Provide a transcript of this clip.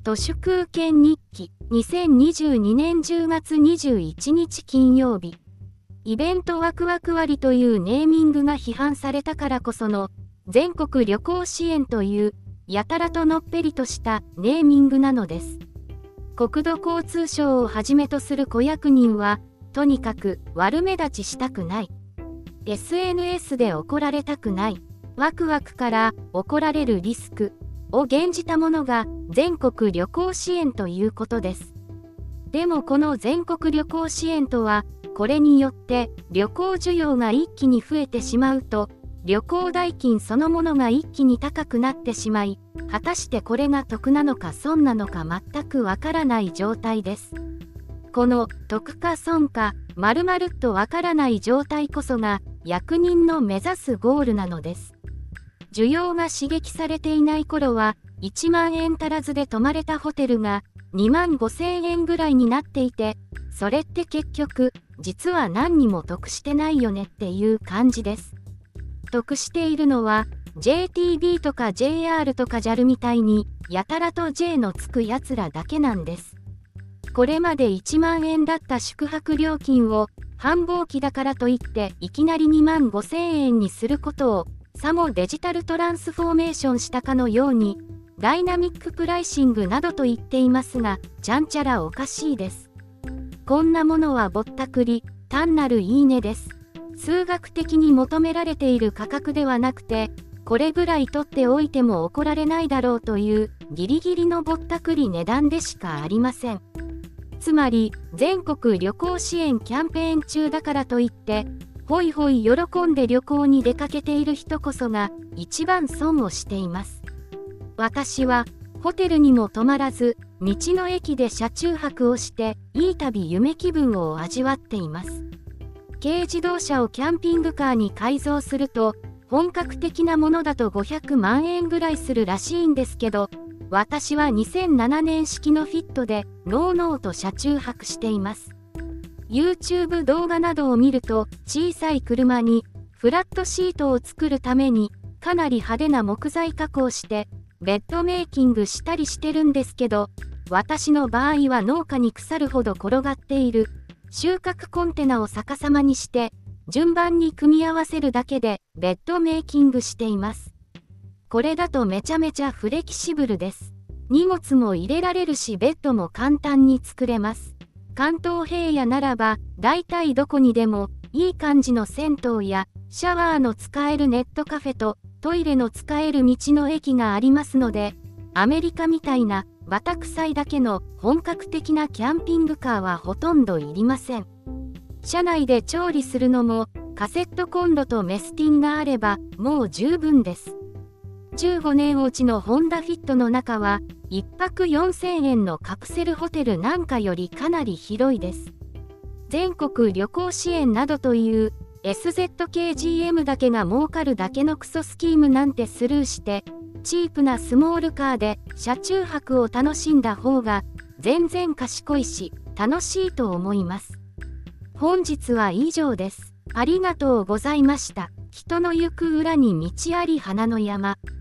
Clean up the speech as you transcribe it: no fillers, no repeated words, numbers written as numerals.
都市空間日記2022年10月21日金曜日。イベントワクワク割というネーミングが批判されたからこその全国旅行支援というやたらとのっぺりとしたネーミングなのです。国土交通省をはじめとする小役人はとにかく悪目立ちしたくない。SNS で怒られたくない。ワクワクから怒られるリスクを減じたものが全国旅行支援ということです。でもこの全国旅行支援とは、これによって旅行需要が一気に増えてしまうと、旅行代金そのものが一気に高くなってしまい、果たしてこれが得なのか損なのか全くわからない状態です。この得か損か丸々とわからない状態こそが役人の目指すゴールなのです。需要が刺激されていない頃は1万円足らずで泊まれたホテルが2万5千円ぐらいになっていて、それって結局実は何にも得してないよねっていう感じです。得しているのは JTB とか JR とか JAL みたいにやたらと J のつくやつらだけなんです。これまで1万円だった宿泊料金を繁忙期だからといっていきなり2万5千円にすることをさもデジタルトランスフォーメーションしたかのようにダイナミックプライシングなどと言っていますが、ちゃんちゃらおかしいです。こんなものはぼったくり、単なるいいねです。数学的に求められている価格ではなくて、これぐらい取っておいても怒られないだろうというギリギリのぼったくり値段でしかありません。つまり全国旅行支援キャンペーン中だからといってほいほい喜んで旅行に出かけている人こそが一番損をしています。私はホテルにも泊まらず道の駅で車中泊をしていい旅夢気分を味わっています。軽自動車をキャンピングカーに改造すると本格的なものだと500万円ぐらいするらしいんですけど、私は2007年式のフィットでのうのうと車中泊しています。YouTube 動画などを見ると小さい車にフラットシートを作るためにかなり派手な木材加工してベッドメイキングしたりしてるんですけど、私の場合は農家に腐るほど転がっている収穫コンテナを逆さまにして順番に組み合わせるだけでベッドメイキングしています。これだとめちゃめちゃフレキシブルです。荷物も入れられるしベッドも簡単に作れます。関東平野ならば大体どこにでもいい感じの銭湯やシャワーの使えるネットカフェとトイレの使える道の駅がありますので、アメリカみたいなバタ臭いだけの本格的なキャンピングカーはほとんどいりません。車内で調理するのもカセットコンロとメスティンがあればもう十分です。15年落ちのホンダフィットの中は1泊4000円のカプセルホテルなんかよりかなり広いです。全国旅行支援などという SZKGM だけが儲かるだけのクソスキームなんてスルーして、チープなスモールカーで車中泊を楽しんだ方が全然賢いし楽しいと思います。本日は以上です。ありがとうございました。人の行く裏に道あり花の山。